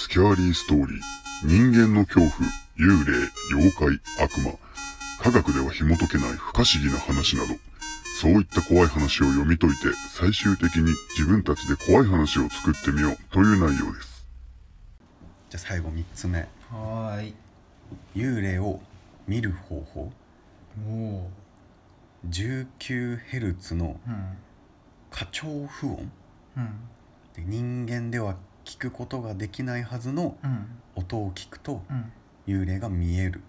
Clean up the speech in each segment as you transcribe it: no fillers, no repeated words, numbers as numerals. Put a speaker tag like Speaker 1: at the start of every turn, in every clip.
Speaker 1: スキャーリーストーリー、人間の恐怖、幽霊、妖怪、悪魔、科学では紐解けない不可思議な話など、そういった怖い話を読み解いて、最終的に自分たちで怖い話を作ってみようという内容です。
Speaker 2: じゃあ最後3つ目。
Speaker 3: はーい。
Speaker 2: 幽霊を見る方法。
Speaker 3: おー。
Speaker 2: 19Hz の過聴不音、で人間では聞くことができないはずの音を聞くと幽霊が見える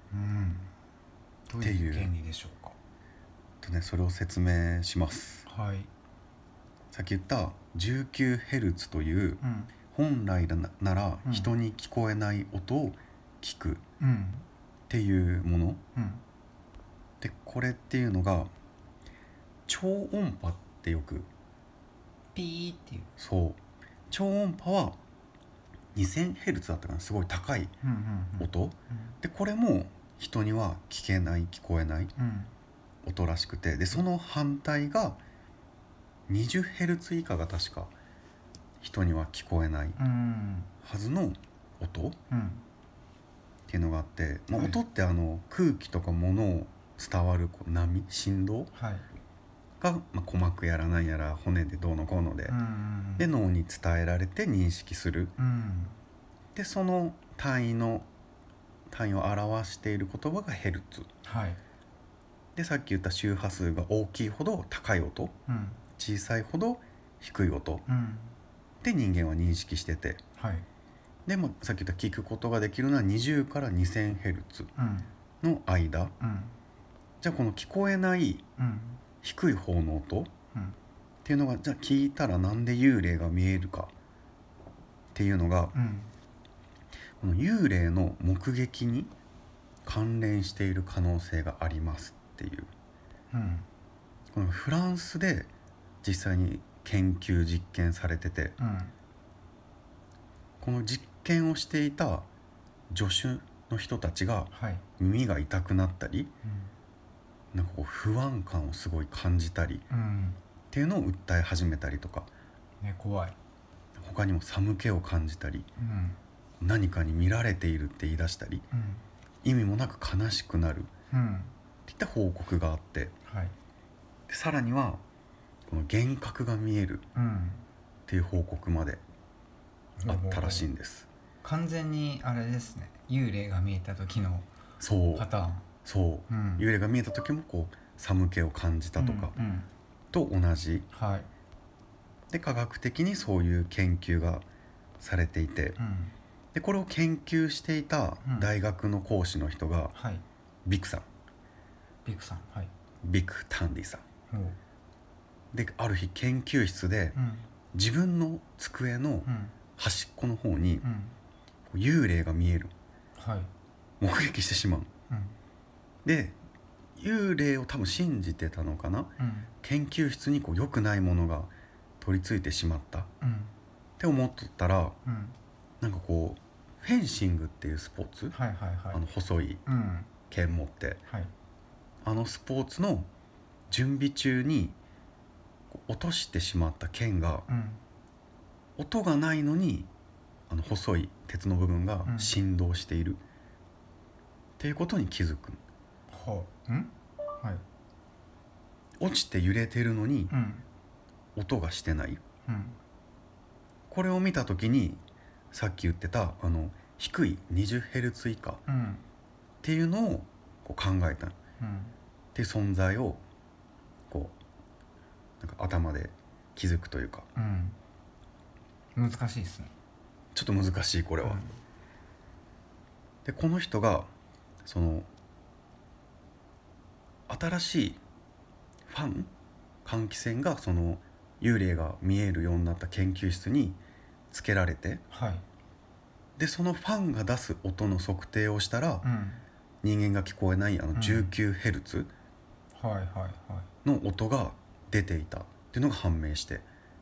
Speaker 3: どういう原理でしょうか。
Speaker 2: それを説明します。
Speaker 3: はい。
Speaker 2: さっき言った 19Hz という、本来なら人に聞こえない音を聞くっていうもの、でこれっていうのが超音波ってよく
Speaker 3: ピーっていう。
Speaker 2: そう超音波は 2000Hz だったかな、すごい高い音、でこれも人には聞けない聞こえない音らしくて、でその反対が 20Hz 以下が確か人には聞こえないはずの音っていうのがあって、音って空気とか物を伝わる波、振動が、鼓膜やらなんやら骨でどうのこうので、で脳に伝えられて認識する、でその単位を表している言葉がヘルツ、でさっき言った周波数が大きいほど高い音、小さいほど低い音、で人間は認識してて、でさっき言った聞くことができるのは20から 2000Hz の間、じゃあこの聞こえない低い方の音っていうのが、じゃあ聞いたらなんで幽霊が見えるかっていうのが、この幽霊の目撃に関連している可能性がありますっていう、このフランスで実際に研究実験されてて、この実験をしていた助手の人たちが耳が痛くなったり、なんかこう不安感をすごい感じたりっていうのを訴え始めたりとか、
Speaker 3: 怖い。
Speaker 2: 他にも寒気を感じたり、何かに見られているって言い出したり、意味もなく悲しくなるっていった報告があって、でさらにはこの幻覚が見えるっていう報告まであったらしいんです。
Speaker 3: 完全にあれですね、幽霊が見えた時のパターン。
Speaker 2: そう、幽霊が見えた時もこう寒気を感じたとかと同じ、で科学的にそういう研究がされていて、でこれを研究していた大学の講師の人が、ビクさん、ビク・タンディさんで、ある日研究室で自分の机の端っこの方に幽霊が見える、目撃してしまう、で幽霊を多分信じてたのかな、研究室に良くないものが取り付いてしまったって思っとったら、なんかこうフェンシングっていうスポーツ、細い剣持って、スポーツの準備中に落としてしまった剣が、音がないのに細い鉄の部分が振動しているっていうことに気づく。落ちて揺れてるのに音がしてない、これを見た時にさっき言ってた低い 20Hz 以下っていうのを考えたっていう存在をなんか頭で気づくというか、
Speaker 3: 難しいですね。
Speaker 2: ちょっと難しいこれは、でこの人がその新しい換気扇がその幽霊が見えるようになった研究室につけられて、でそのファンが出す音の測定をしたら、人間が聞こえない19Hz の音が出ていたっていうのが判明して、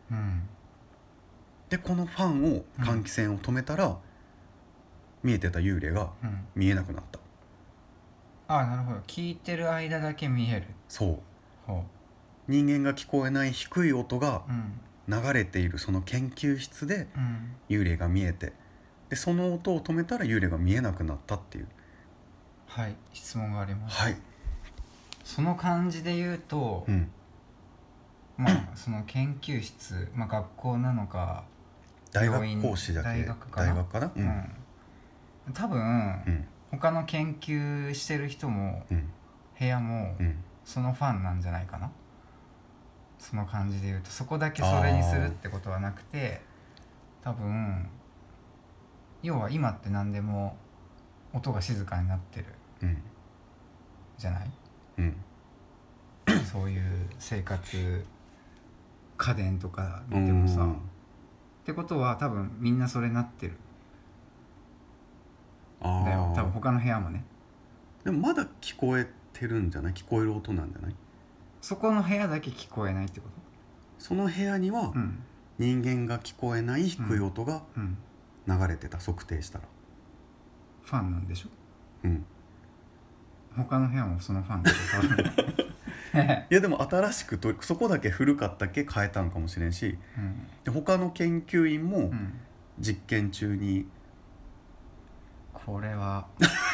Speaker 2: でこのファンを換気扇を止めたら、見えてた幽霊が見えなくなった、
Speaker 3: なるほど。聞いてる間だけ見える。
Speaker 2: そう人間が聞こえない低い音が流れているその研究室で幽霊が見えて、 でその音を止めたら幽霊が見えなくなったっていう。
Speaker 3: はい、質問があります。
Speaker 2: はい。
Speaker 3: その感じで言うと、まあその研究室、まあ、学校なのか
Speaker 2: 大学講師だけ、
Speaker 3: 大学かな、多分、他の研究してる人も、部屋も、そのファンなんじゃないかな。その感じで言うと、そこだけそれにするってことはなくて、多分要は今って何でも音が静かになってる、じゃない、そういう生活家電とか見てもさ、ってことは多分みんなそれなってるだよ、多分他の部屋もね。
Speaker 2: でもまだ聞こえてるんじゃない？聞こえる音なんじゃない？
Speaker 3: そこの部屋だけ聞こえないってこと？
Speaker 2: その部屋には人間が聞こえない低い音が流れてた、測定したら。
Speaker 3: ファンなんでしょ？他の部屋もそのファンでしょ多分
Speaker 2: いやでも新しくそこだけ古かったっけ変えたんかもしれんし、で他の研究員も実験中に、
Speaker 3: これは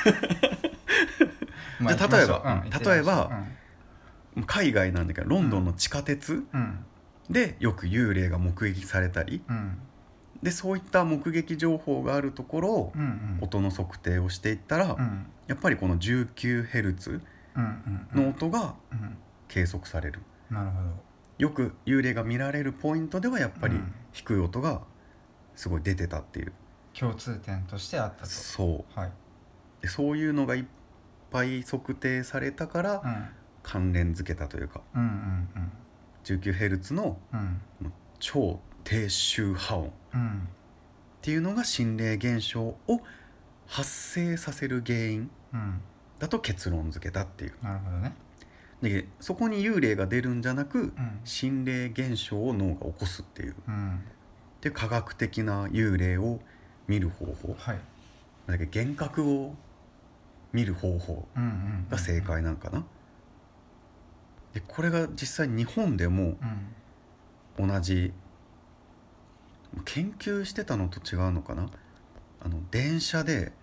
Speaker 2: じゃあ例えば、海外なんだけどロンドンの地下鉄でよく幽霊が目撃されたり、でそういった目撃情報があるところを音の測定をしていったら、やっぱりこの 19Hz の音が計測される。
Speaker 3: なるほど。
Speaker 2: よく幽霊が見られるポイントではやっぱり低い音がすごい出てたっていう、
Speaker 3: 共通点としてあったと。
Speaker 2: そう、でそういうのがいっぱい測定されたから、関連づけたというか、19Hz の超低周波音っていうのが心霊現象を発生させる原因だと結論づけたっていう。
Speaker 3: なるほどね。
Speaker 2: でそこに幽霊が出るんじゃなく、心霊現象を脳が起こすっていう、で科学的な幽霊を見る方法、だけど幻覚を見る方法が正解なんかな。でこれが実際日本でも同じ、研究してたのと違うのかな。電車で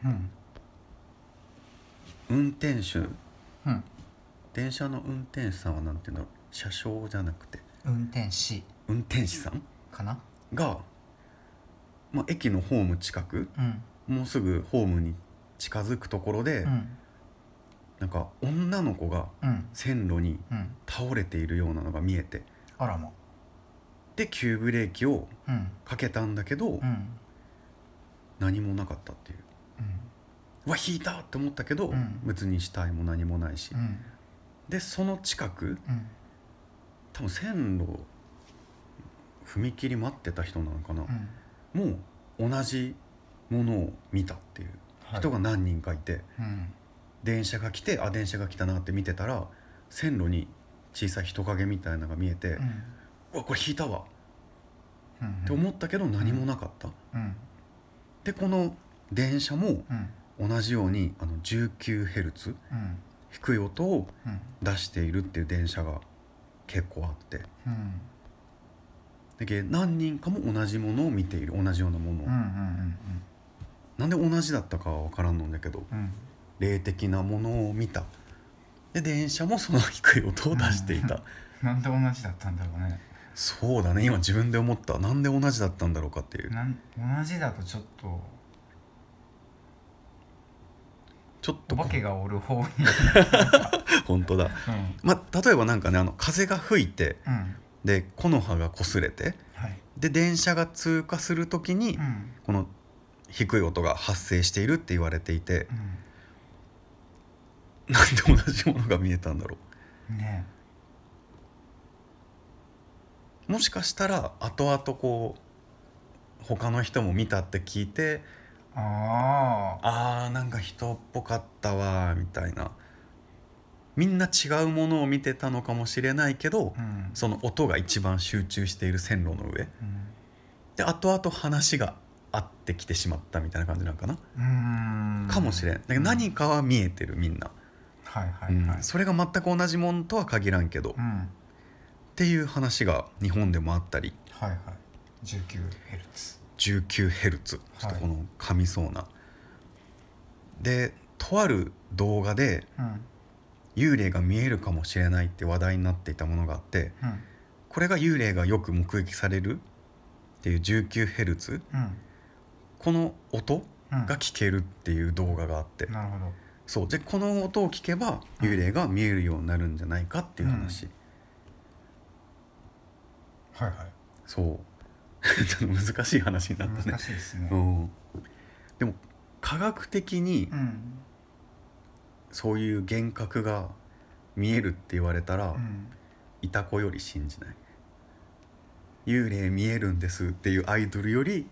Speaker 2: 運転手、電車の運転手さんはなんていうんだろう、車掌じゃなくて
Speaker 3: 運転士
Speaker 2: さん
Speaker 3: かな
Speaker 2: が、駅のホーム近く、もうすぐホームに近づくところで、なんか女の子が線路に倒れているようなのが見えて、
Speaker 3: あらま。
Speaker 2: で急ブレーキをかけたんだけど、何もなかったっていう、うわ引いたって思ったけど、別に死体も何もないし、でその近く、多分線路踏切待ってた人なのかな、もう同じものを見たっていう人が何人かいて、電車が来て、電車が来たなって見てたら、線路に小さい人影みたいなのが見えて、うわこれ引いたわ、って思ったけど何もなかった、でこの電車も同じように19Hz、低い音を出しているっていう電車が結構あって、で何人かも同じものを見ている、同じようなものを、なんで同じだったかは分からんのんだけど、霊的なものを見た。で電車もその低い音を出していた、
Speaker 3: なんで同じだったんだろうね。
Speaker 2: そうだね、今自分で思った。なんで同じだったんだろうかっていう。
Speaker 3: 同じだとちょっとお化けがおる方に
Speaker 2: 本当だ、例えばなんかね、風が吹いて、で木の葉が擦れて、で電車が通過するときに、この低い音が発生しているって言われていて、なんで同じものが見えたんだろう
Speaker 3: ね。
Speaker 2: もしかしたら後々こう他の人も見たって聞いて、なんか人っぽかったわみたいな、みんな違うものを見てたのかもしれないけど、その音が一番集中している線路の上、で後々話が合ってきてしまったみたいな感じなんかな、かもしれん。だけど何かは見えてるみんな、それが全く同じものとは限らんけど、っていう話が日本でもあったり、
Speaker 3: 19Hz
Speaker 2: 19Hz、ちょっとこの噛みそうな、でとある動画で、幽霊が見えるかもしれないって話題になっていたものがあって、これが幽霊がよく目撃されるっていう 19Hz、この音が聞けるっていう動画があって、
Speaker 3: なるほど。
Speaker 2: そうでこの音を聞けば幽霊が見えるようになるんじゃないかっていう話、
Speaker 3: はいはい。
Speaker 2: そうちょっと難しい話になったね。
Speaker 3: 難しいですね。
Speaker 2: でも科学的にそういう幻覚が見えるって言われたら、いた子より信じない。幽霊見えるんですっていうアイドルより、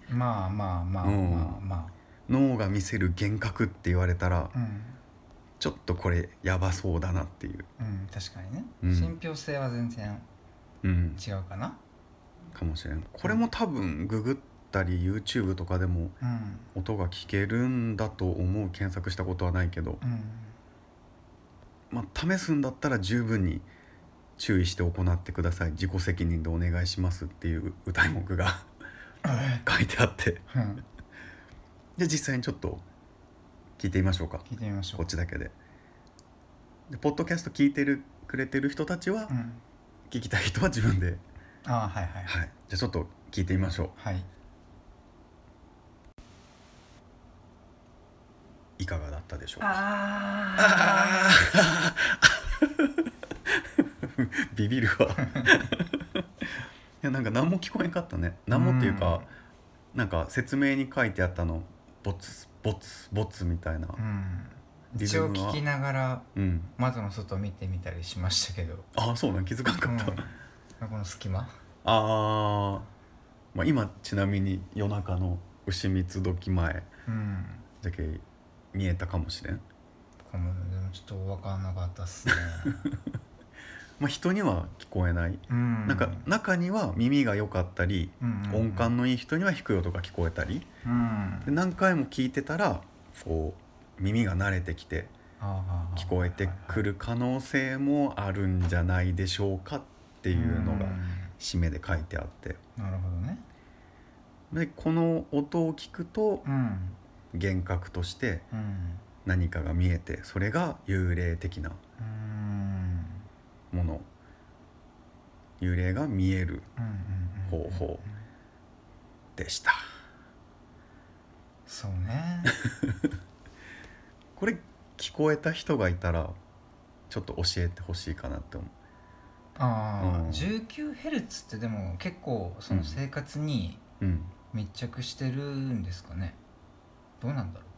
Speaker 2: 脳が見せる幻覚って言われたら、ちょっとこれやばそうだなっていう、
Speaker 3: 確かにね、信憑性は全然違うかな、
Speaker 2: かもしれん。これも多分ググったり YouTube とかでも音が聞けるんだと思う。検索したことはないけど、試すんだったら十分に注意して行ってください、自己責任でお願いしますっていう歌い文句が書いてあって、で実際にちょっと聞いてみましょうか。
Speaker 3: 聞いてみましょう。
Speaker 2: こっちだけで。でポッドキャスト聞いてくれてる人たちは、聞きたい人は自分で。
Speaker 3: はい。
Speaker 2: じゃあちょっと聞いてみましょう。
Speaker 3: はい。
Speaker 2: いかがだったでしょうか。ビビるわいやなんか何も聞こえんかったね。何もっていうか、なんか説明に書いてあったのボツボツボツみたいな、
Speaker 3: 一応聞きながら窓の外見てみたりしましたけど、
Speaker 2: そうなん気づかなかった、
Speaker 3: この隙間。
Speaker 2: 今ちなみに夜中の牛蜜時前、だけ見えたかもしれん。
Speaker 3: でもちょっと分かんなかったっすね
Speaker 2: 人には聞こえない、なんか中には耳が良かったり、音感のいい人には低い音が聞こえたり、で何回も聞いてたらこう耳が慣れてきて聞こえてくる可能性もあるんじゃないでしょうかっていうのが締めで書いてあって、
Speaker 3: なるほどね。
Speaker 2: でこの音を聞くと、幻覚として何かが見えて、それが幽霊的なもの、幽霊が見える方法でした。
Speaker 3: そうね
Speaker 2: これ聞こえた人がいたらちょっと教えてほしいかなって思う。
Speaker 3: 19Hz ってでも結構その生活に密着してるんですかね、どうなんだろ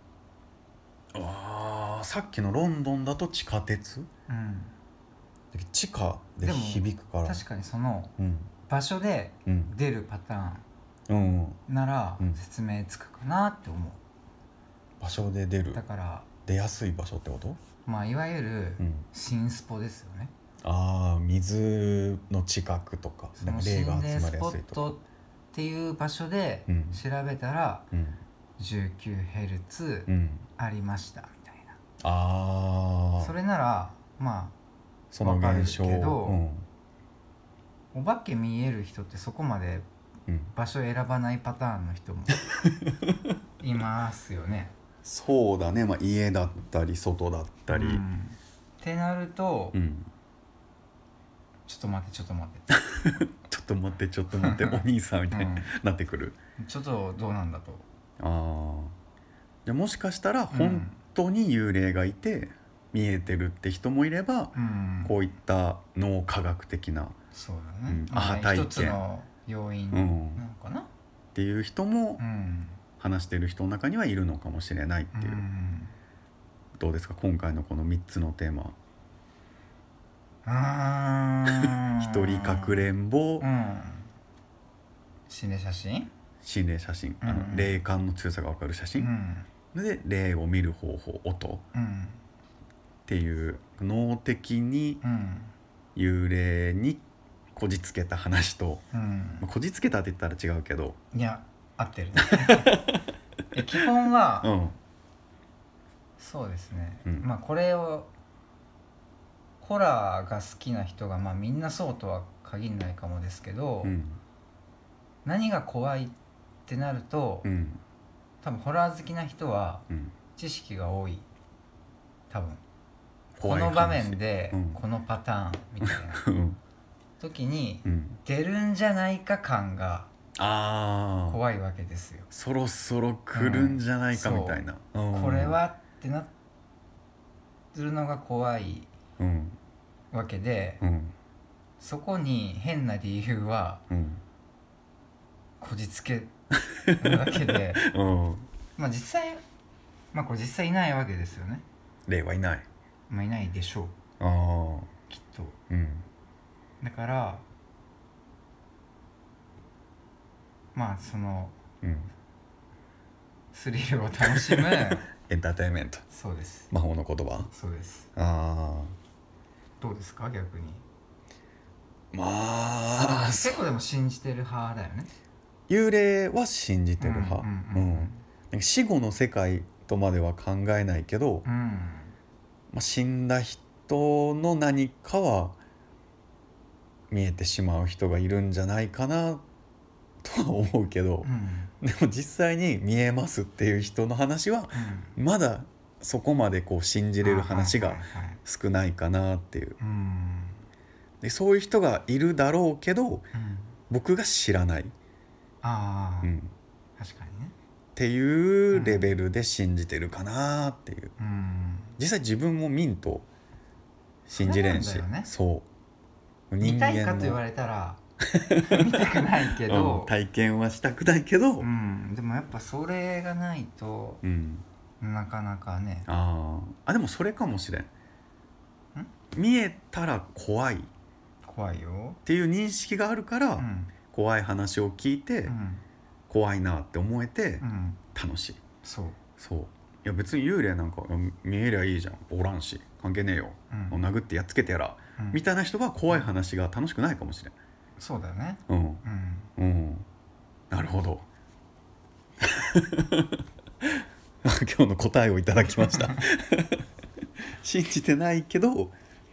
Speaker 2: う。さっきのロンドンだと地下鉄、地下で響くから、
Speaker 3: 確かにその場所で出るパターンなら説明つくかなって思う。
Speaker 2: 場所で出る、
Speaker 3: だから
Speaker 2: 出やすい場所ってこと？
Speaker 3: いわゆる新スポですよね。
Speaker 2: 水の近くとか、
Speaker 3: その心霊スポットっていう場所で調べたら、19Hz ありましたみたいな。それなら
Speaker 2: その現象
Speaker 3: 分かるけど、お化け見える人ってそこまで場所選ばないパターンの人もいますよね。
Speaker 2: そうだね、家だったり外だったり、
Speaker 3: ってなると、ちょっと待ってちょっと待ってお兄さんみたいになってくる。 ちょっとどうなんだと。
Speaker 2: じゃあもしかしたら本当に幽霊がいて見えてるって人もいれば、こういった脳科学的な、
Speaker 3: そうだね、
Speaker 2: 体験
Speaker 3: 一つの要因なのかな、
Speaker 2: っていう人も話してる人の中にはいるのかもしれないっていう、どうですか今回のこの3つのテーマ。一人かくれんぼ、心霊写真、霊感の強さが分かる写真、で霊を見る方法、音、っていう脳的に幽霊にこじつけた話と、こじつけたって言ったら違うけど、
Speaker 3: いや合ってるね基本は、そうですね、これをホラーが好きな人がみんなそうとは限らないかもですけど、何が怖いっってなると、多分ホラー好きな人は知識が多い、多分この場面でこのパターンみたいな時に出るんじゃないか感が怖いわけですよ。
Speaker 2: そろそろ来るんじゃないかみたいな、
Speaker 3: これはってなってるのが怖いわけで、そこに変な理由はこじつけるだけでまあ実際これ実際いないわけですよね。
Speaker 2: 例はいない、
Speaker 3: いないでしょうきっと、だからその、スリルを楽しむ
Speaker 2: エンターテインメント。
Speaker 3: そうです、
Speaker 2: 魔法の言葉。
Speaker 3: そうです。
Speaker 2: ど
Speaker 3: うですか逆に。
Speaker 2: 結
Speaker 3: 構でも信じてる派だよね。
Speaker 2: 幽霊は信じてる派。死後の世界とまでは考えないけど、死んだ人の何かは見えてしまう人がいるんじゃないかなとは思うけど、でも実際に見えますっていう人の話はまだそこまでこう信じれる話が少ないかなっていう。でそういう人がいるだろうけど、僕が知らない、
Speaker 3: 確かにね
Speaker 2: っていうレベルで信じてるかなっていう。実際自分も見んと信じれんし、
Speaker 3: そう見たいかと言われたら見たくないけど、
Speaker 2: 体験はしたくないけど、
Speaker 3: でもやっぱそれがないと、なかなかね。
Speaker 2: でもそれかもしれん。見えたら怖い
Speaker 3: よ
Speaker 2: っていう認識があるから、怖い話を聞いて、怖いなって思えて、楽しい。そういや別に幽霊なんか見えりゃいいじゃん、おらんし関係ねえよ、殴ってやっつけてやら、みたいな人は怖い話が楽しくないかもしれん。
Speaker 3: そうだよね。
Speaker 2: なるほど今日の答えをいただきました信じてないけど、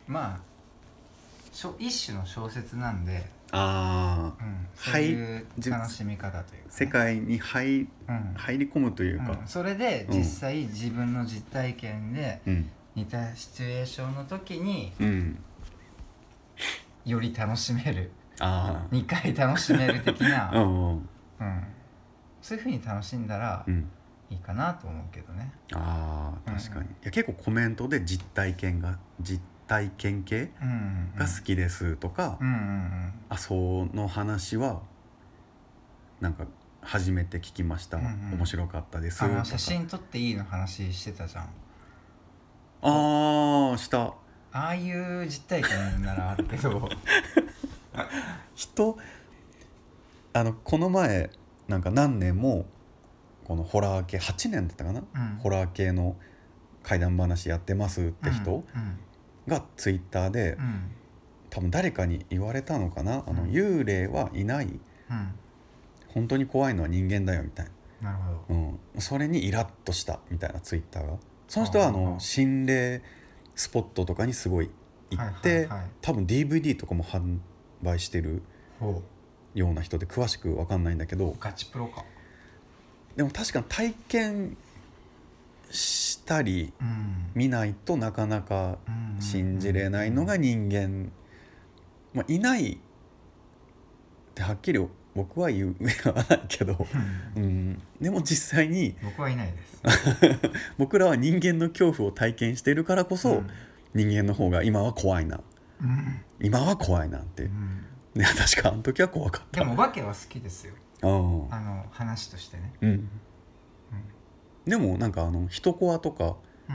Speaker 3: 一種の小説なんで、
Speaker 2: そう
Speaker 3: いう楽しみ方というか、
Speaker 2: 世界に入り込むというか、
Speaker 3: それで実際自分の実体験で似たシチュエーションの時により楽しめる、2回楽しめる的な、そういう風に楽しんだらいいかなと思うけどね。
Speaker 2: 確かに。いや結構コメントで実体験系が好きですとか、その話はなんか初めて聞きました、面白かったですとか。
Speaker 3: 写真撮っていいの話してたじゃん。
Speaker 2: した。
Speaker 3: ああいう実体験ならあるけど
Speaker 2: この前なんか何年もこのホラー系8年だったかな、ホラー系の怪談話やってますって人がツイッターで、多分誰かに言われたのかな、幽霊はいない、本当に怖いのは人間だよみたいな。
Speaker 3: なるほ
Speaker 2: ど、それにイラッとしたみたいなツイッターが、その人は心霊スポットとかにすごい行って、多分 DVD とかも販売してるような人で、詳しく分かんないんだけど、
Speaker 3: ガチプロか。
Speaker 2: でも確かに体験したり見ないとなかなか信じれないのが人間、いないってはっきり僕は言わないけど、でも実際に
Speaker 3: 僕はいないです
Speaker 2: 僕らは人間の恐怖を体験しているからこそ、人間の方が今は怖いな、今は怖いなって、確かあの時は怖かった。
Speaker 3: でもお化けは好きですよ、話としてね。
Speaker 2: でもなんか人コアとか、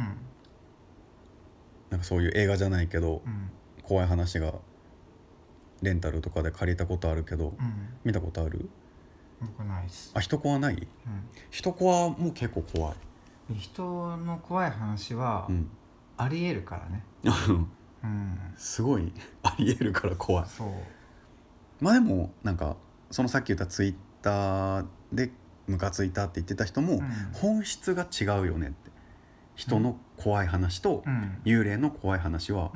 Speaker 2: なんかそういう映画じゃないけど、怖い話がレンタルとかで借りたことあるけど、見たことある？
Speaker 3: 僕ないです。
Speaker 2: 人コアない？人コアも結構怖い。
Speaker 3: 人の怖い話はありえるからね。
Speaker 2: すごいありえるから怖い。でもなんかそのさっき言ったツイッターでムカついたって言ってた人も、本質が違うよねって。人の怖い話と幽霊の怖い話は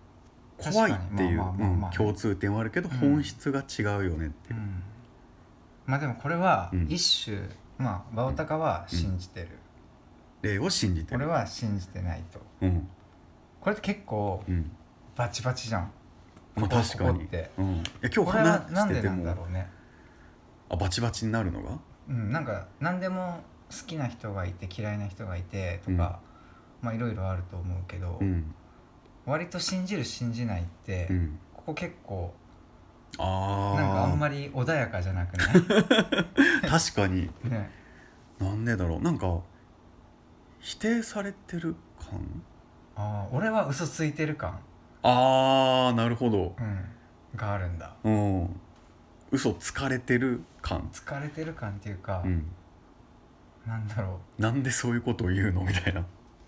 Speaker 2: 怖いっていう共通点はあるけど、本質が違うよねっていう。
Speaker 3: まあでもこれは一種、まあバオタカは信じてる、
Speaker 2: 霊を信じてる。
Speaker 3: 俺は信じてないと。これって結構バチバチじゃん。
Speaker 2: まあ確かに。
Speaker 3: ここって、
Speaker 2: いや今日話してても
Speaker 3: なんでなんだろうね。
Speaker 2: バチバチになるのが、
Speaker 3: なんか何でも好きな人がいて嫌いな人がいてとか、まあいろいろあると思うけど、割と信じる信じないって、ここ結構なんかあんまり穏やかじゃなくない？
Speaker 2: 確かに、
Speaker 3: ね、
Speaker 2: なんでだろう、なんか否定されてる感、
Speaker 3: 俺は嘘ついてる感、
Speaker 2: なるほど、
Speaker 3: があるんだ。
Speaker 2: 嘘つかれてる感、
Speaker 3: 疲れてる感っていうか、なんだろ
Speaker 2: う、なんでそういうことを言うのみたいな。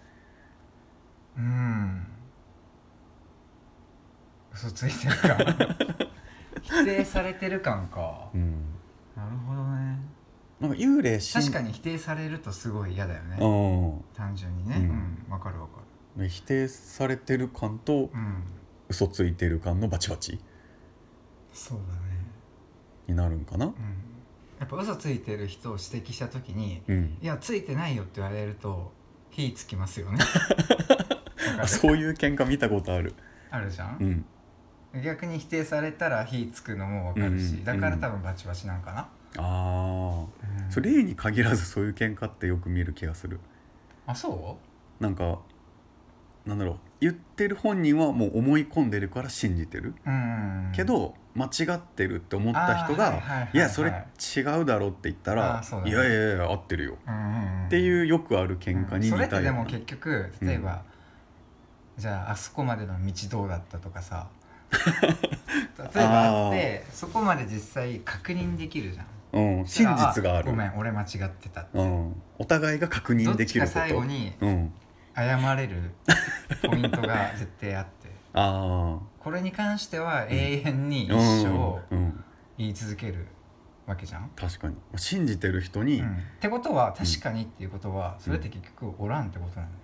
Speaker 3: 嘘ついてる感否定されてる感か、なるほどね。
Speaker 2: なんか幽霊
Speaker 3: 確かに否定されるとすごい嫌だよね、単純にね。わかるわか
Speaker 2: る。否定されてる感と、嘘ついてる感のバチバチ、
Speaker 3: そうだね、
Speaker 2: になるんかな。
Speaker 3: やっぱ嘘ついてる人を指摘した時に、いやついてないよって言われると火つきますよね。
Speaker 2: そういう喧嘩見たことある。
Speaker 3: あるじゃん、逆に否定されたら火つくのも分かるし、だから多分バチバチなんかな。
Speaker 2: それ例に限らずそういう喧嘩ってよく見る気がする。
Speaker 3: そう
Speaker 2: なんかなんだろう、言ってる本人はもう思い込んでるから信じてる、けど間違ってるって思った人がいやそれ違うだろうって言ったら、いやいやいや合ってるよ、っていうよくある喧嘩に似たような。
Speaker 3: それってでも結局例えば、じゃああそこまでの道どうだったとかさ例えばあってそこまで実際確認できるじゃん。
Speaker 2: 真実がある。
Speaker 3: ごめん俺間違ってたって、
Speaker 2: お互いが確認できること、
Speaker 3: どっちか最後に謝れるポイントが絶対あってこれに関しては永遠に一生言い続けるわけじゃん。
Speaker 2: 確かに信じてる人に、
Speaker 3: ってことは確かにっていうことは、それって結局おらんってことなの。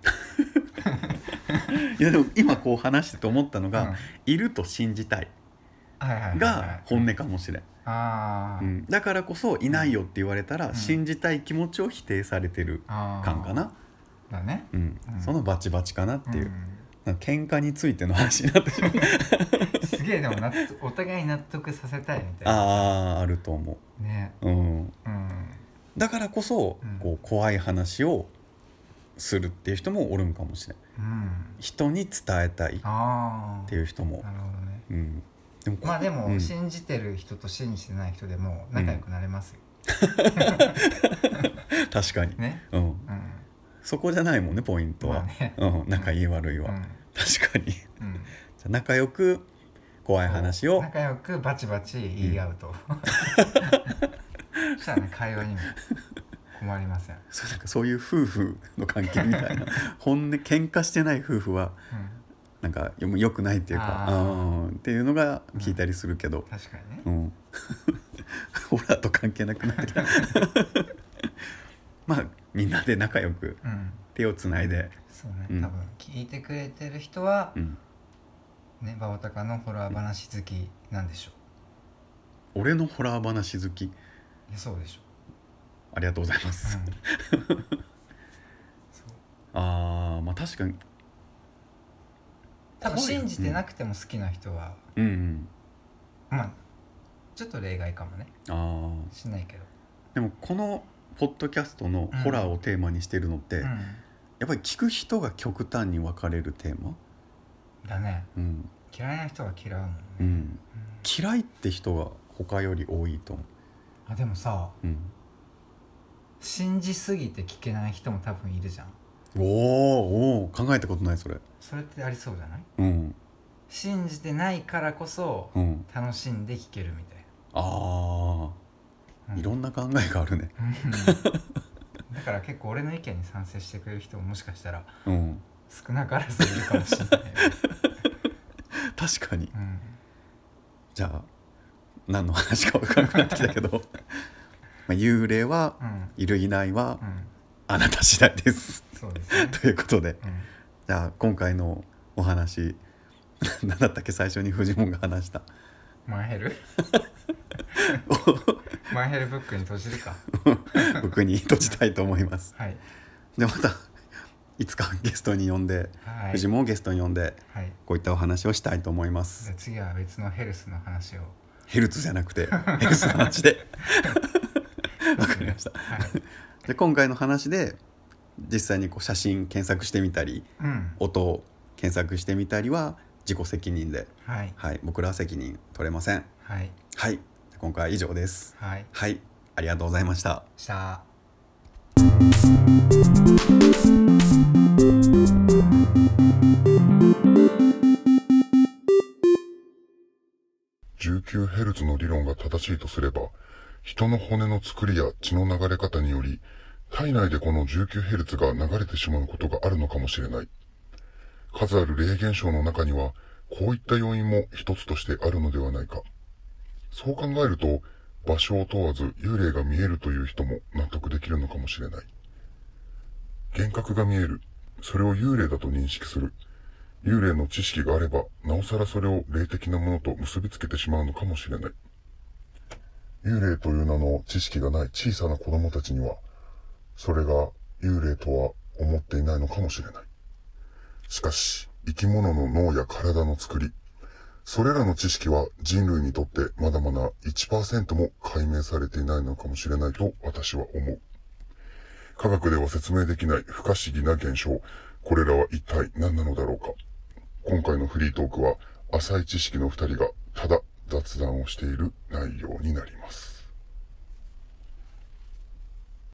Speaker 2: いやでも今こう話してて思ったのが、いると信じたいが本音かもしれん。だからこそいないよって言われたら、信じたい気持ちを否定されてる感かな。
Speaker 3: だね、
Speaker 2: そのバチバチかなっていう、喧嘩についての話になってしまう。
Speaker 3: すげえでもお互い納得させたいみたいな。
Speaker 2: あると思
Speaker 3: うね。
Speaker 2: だからこそ、こう怖い話をするっていう人もおるんかもしれない、人に伝えたいっていう人も。
Speaker 3: なるほどね、でも、信じてる人と信じてない人でも仲良くなれますよ、
Speaker 2: 確かにね、そこじゃないもんねポイントは、仲いい悪いは、確かに、じゃあ仲良く怖い話を
Speaker 3: 仲良くバチバチ言い合うと、そしたらね会話にも困りません。
Speaker 2: そういう夫婦の関係みたいな本音喧嘩してない夫婦は、なんかよくないっていうかっていうのが聞いたりするけど、
Speaker 3: 確かにね、
Speaker 2: ホラーと関係なくなってきたまあみんなで仲良く手をつないで、
Speaker 3: そうね、多分聞いてくれてる人は、ね、バオタカのホラー話好きなんでしょ
Speaker 2: う。俺のホラー話好き？い
Speaker 3: やそうでしょ。
Speaker 2: ありがとうございます、まあ確かに
Speaker 3: 多分信じてなくても好きな人は、まあちょっと例外かもね。しないけど。
Speaker 2: でもこのポッドキャストのホラーをテーマにしてるのって、やっぱり聞く人が極端に分かれるテーマ
Speaker 3: だね、嫌いな人は嫌うもんね、
Speaker 2: 嫌いって人が他より多いと思う。
Speaker 3: でもさ、信じすぎて聞けない人も多分いるじゃん。
Speaker 2: 考えたことないそれ。
Speaker 3: それってありそうじゃない？信じてないからこそ楽しんで聞けるみたいな。
Speaker 2: いろんな考えがあるね
Speaker 3: だから結構俺の意見に賛成してくれる人ももしかしたら少なからずいるかもしれない、
Speaker 2: 確かに、じゃあ何の話か分からなくなってきたけど幽霊はいるいないは、あなた次第です。
Speaker 3: そうですね
Speaker 2: ということで、じゃあ今回のお話何だったっけ、最初にフジモンが話した
Speaker 3: マイヘルマイヘルブックに閉じるか
Speaker 2: 僕に閉じたいと思います。
Speaker 3: はい。
Speaker 2: でまたいつかゲストに呼んで、
Speaker 3: はい、
Speaker 2: 藤もゲストに呼んで、
Speaker 3: はい、
Speaker 2: こういったお話をしたいと思います。
Speaker 3: じゃあ次は別のヘルスの話を。
Speaker 2: ヘルツじゃなくてヘルスの話でわかりました、はい、で今回の話で実際にこう写真検索してみたり、音を検索してみたりは自己責任で、はいはい、僕らは責任取れません。はい、はい、今回は以上です。はい、はい、ありがとうございました。
Speaker 1: 19Hz の理論が正しいとすれば、人の骨の作りや血の流れ方により、体内でこの 19Hz が流れてしまうことがあるのかもしれない。数ある霊現象の中には、こういった要因も一つとしてあるのではないか。そう考えると、場所を問わず幽霊が見えるという人も納得できるのかもしれない。幻覚が見える。それを幽霊だと認識する。幽霊の知識があれば、なおさらそれを霊的なものと結びつけてしまうのかもしれない。幽霊という名の知識がない小さな子供たちには、それが幽霊とは思っていないのかもしれない。しかし、生き物の脳や体の作り、それらの知識は人類にとってまだまだ 1% も解明されていないのかもしれないと私は思う。科学では説明できない不可思議な現象、これらは一体何なのだろうか。今回のフリートークは浅い知識の2人がただ雑談をしている内容になります。